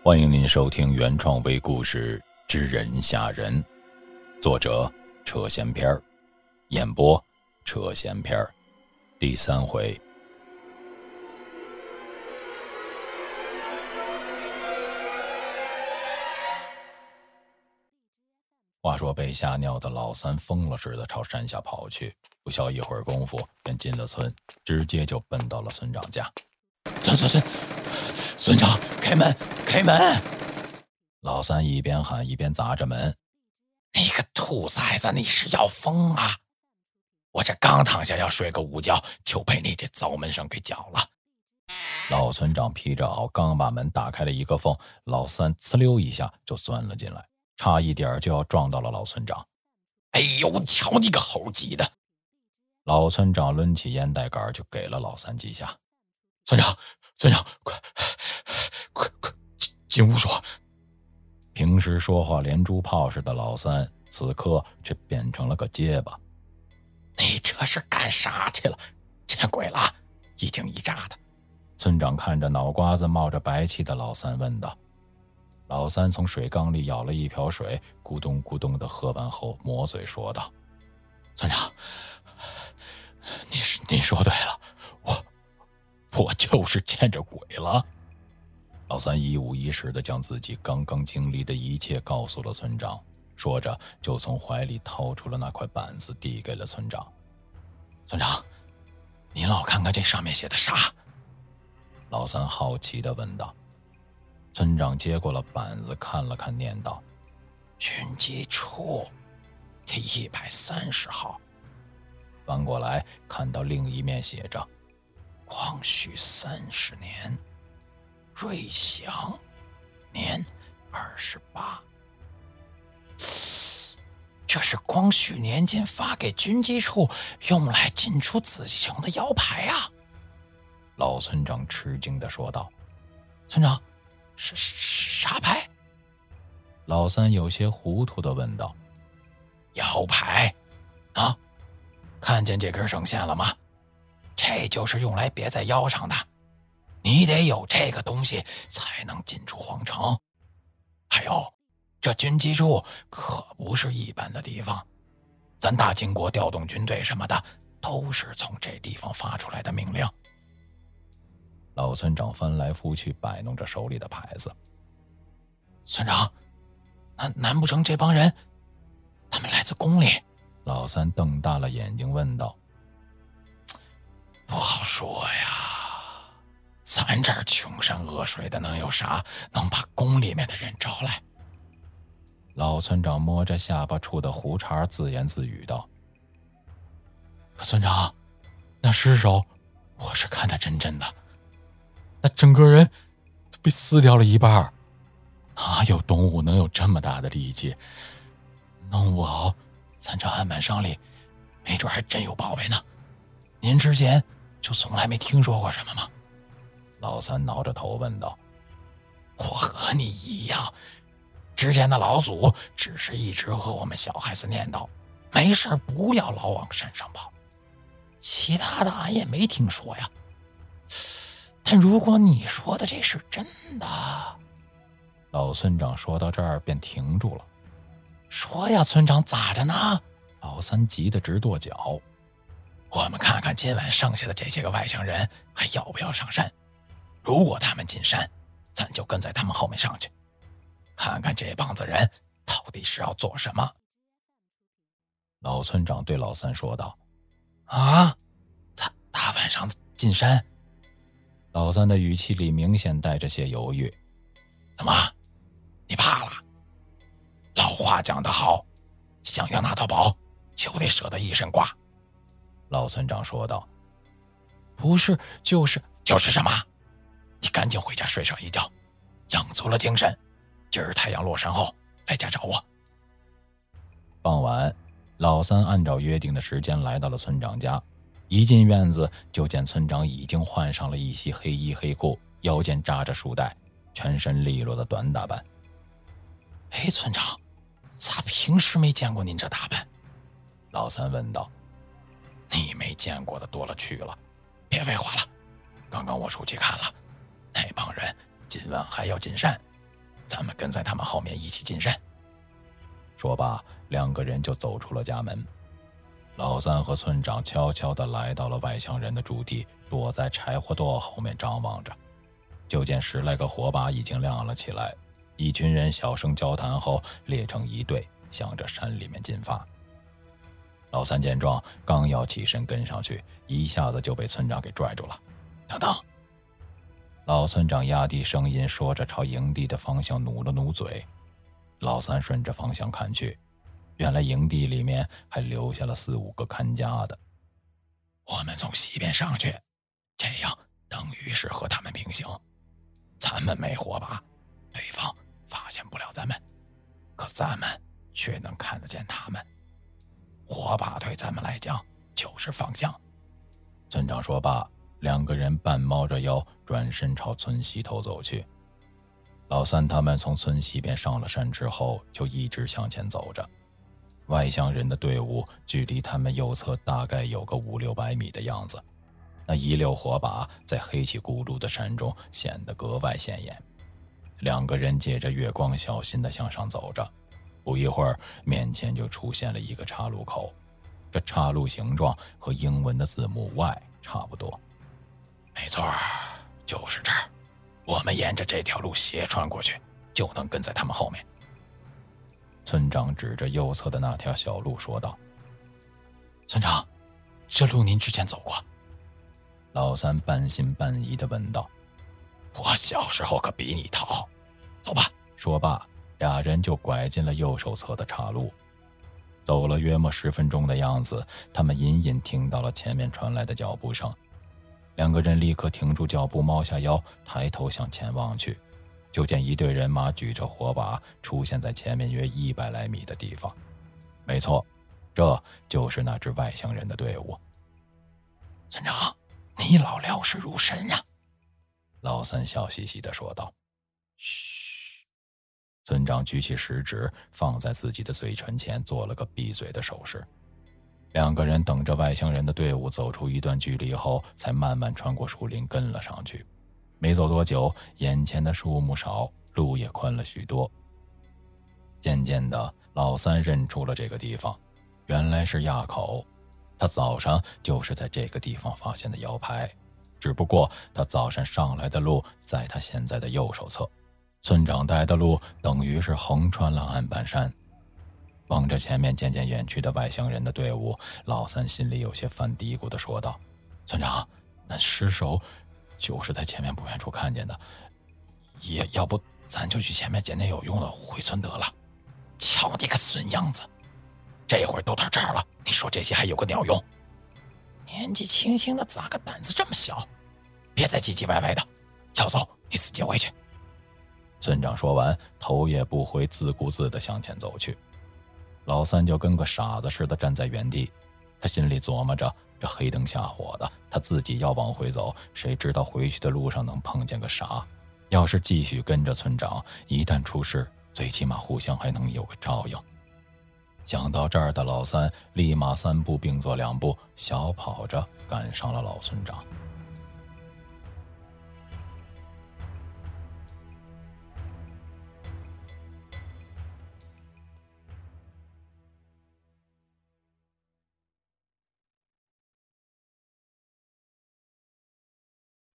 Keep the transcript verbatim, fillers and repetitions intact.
欢迎您收听原创微故事《知人吓人》，作者扯闲篇儿，演播扯闲篇儿，第三回。话说被吓尿的老三疯了似的朝山下跑去，不消一会儿功夫便进了村，直接就奔到了村长家。 村村村，村长，开门，开门！ 老三一边喊一边砸着门。 你个兔崽子，你是要疯啊！我这刚躺下要睡个午觉，就被你这凿门声给搅了。 老村长披着袄，刚把门打开了一个缝，老三呲溜一下就钻了进来，差一点就要撞到了老村长。 哎呦，瞧你个猴急的！ 老村长抡起烟袋杆就给了老三几下。 村长，村长，快快快进屋说！ 平时说话连珠炮似的老三，此刻却变成了个结巴。 你这是干啥去了？见鬼了，一惊一乍的。 村长看着脑瓜子冒着白气的老三问道。老三从水缸里舀了一瓢水，咕咚咕咚的喝完后抹嘴说道： 村长，你你说对了，我我就是见着鬼了。 老三一五一十地将自己刚刚经历的一切告诉了村长，说着就从怀里掏出了那块板子递给了村长。 村长，您老看看这上面写的啥？ 老三好奇地问道。村长接过了板子看了看，念道： 军机处第一百三十号。 翻过来看到另一面写着光绪三十年，瑞祥年二十八。这是光绪年间发给军机处用来进出紫行的腰牌啊！ 老村长吃惊地说道。 村长，是啥牌？ 老三有些糊涂地问道。 腰牌啊，看见这根绳线了吗？这就是用来别在腰上的，你得有这个东西才能进出皇城。还有，这军机处可不是一般的地方，咱大金国调动军队什么的都是从这地方发出来的命令。 老村长翻来覆去摆弄着手里的牌子。 村长，难难不成这帮人他们来自宫里？ 老三瞪大了眼睛问道。 不好说呀，咱这儿穷山恶水的，能有啥能把宫里面的人招来？ 老村长摸着下巴处的胡茬自言自语道。 可村长，那尸首我是看得真真的，那整个人都被撕掉了一半，哪有动物能有这么大的力气？弄不好咱这案板上里没准还真有宝贝呢。您之前就从来没听说过什么吗？ 老三挠着头问道。 我和你一样，之前的老祖只是一直和我们小孩子念叨，没事不要老往山上跑，其他的俺也没听说呀。但如果你说的这是真的…… 老村长说到这儿便停住了。 说呀，村长，咋着呢？ 老三急得直跺脚。 我们看看今晚剩下的这些个外乡人还要不要上山，如果他们进山，咱就跟在他们后面上去，看看这帮子人到底是要做什么。 老村长对老三说道。 啊，大大晚上进山？ 老三的语气里明显带着些犹豫。 怎么，你怕了？老话讲得好，想要拿到宝就得舍得一身瓜。 老村长说道。 不是，就是就是什么？你赶紧回家睡上一觉，养足了精神，今儿太阳落山后来家找我。 傍晚，老三按照约定的时间来到了村长家，一进院子就见村长已经换上了一袭黑衣黑裤，腰间扎着束带，全身利落的短打扮。 哎，村长，咋平时没见过您这打扮？ 老三问道。 你没见过的多了去了，别废话了。刚刚我出去看了，那帮人今晚还要进山， 咱们跟在他们后面一起谨慎。 说罢，两个人就走出了家门。老三和村长悄悄地来到了外乡人的驻地，躲在柴火垛后面张望着。就见十来个火把已经亮了起来，一群人小声交谈后列成一队，向着山里面进发。老三见状，刚要起身跟上去，一下子就被村长给拽住了。 等等！ 老村长压低声音说着，朝营地的方向努了努嘴。老三顺着方向看去，原来营地里面还留下了四五个看家的。 我们从西边上去，这样等于是和他们平行。咱们没火把，对方发现不了咱们，可咱们却能看得见他们。火把对咱们来讲就是方向。 村长说罢，两个人半猫着腰，转身朝村西头走去。老三他们从村西边上了山之后，就一直向前走着。外乡人的队伍距离他们右侧大概有个五六百米的样子，那一溜火把在黑漆咕噜的山中显得格外显眼。两个人借着月光小心地向上走着，不一会儿，面前就出现了一个岔路口。这岔路形状和英文的字母 Y 差不多。 没错，就是这儿。我们沿着这条路斜穿过去，就能跟在他们后面。 村长指着右侧的那条小路说道：“ 村长，这路您之前走过？” 老三半信半疑地问道：“ 我小时候可比你淘。走吧。” 说罢，俩人就拐进了右手侧的岔路。走了约莫十分钟的样子，他们隐隐听到了前面传来的脚步声。两个人立刻停住脚步，猫下腰，抬头向前望去，就见一队人马举着火把出现在前面约一百来米的地方。没错，这就是那支外乡人的队伍。 村长，你老料事如神啊！ 老三笑嘻嘻地说道。嘘。村长举起食指放在自己的嘴唇前，做了个闭嘴的手势。两个人等着外乡人的队伍走出一段距离后，才慢慢穿过树林跟了上去。没走多久，眼前的树木少，路也宽了许多。渐渐的，老三认出了这个地方，原来是垭口。他早上就是在这个地方发现的腰牌，只不过他早上上来的路在他现在的右手侧，村长带的路等于是横穿了安半山。望着前面渐渐远去的外乡人的队伍，老三心里有些犯嘀咕地说道：“村长，那尸首就是在前面不远处看见的，也要不咱就去前面捡点有用的回村得了。” 瞧你个损样子，这会儿都到这儿了，你说这些还有个鸟用？年纪轻轻的咋个胆子这么小？别再唧唧歪歪的，要走你自己回去。 村长说完，头也不回，自顾自地向前走去。老三就跟个傻子似的站在原地，他心里琢磨着，这黑灯瞎火的，他自己要往回走，谁知道回去的路上能碰见个啥？要是继续跟着村长，一旦出事，最起码互相还能有个照应。想到这儿的老三立马三步并作两步，小跑着赶上了老村长。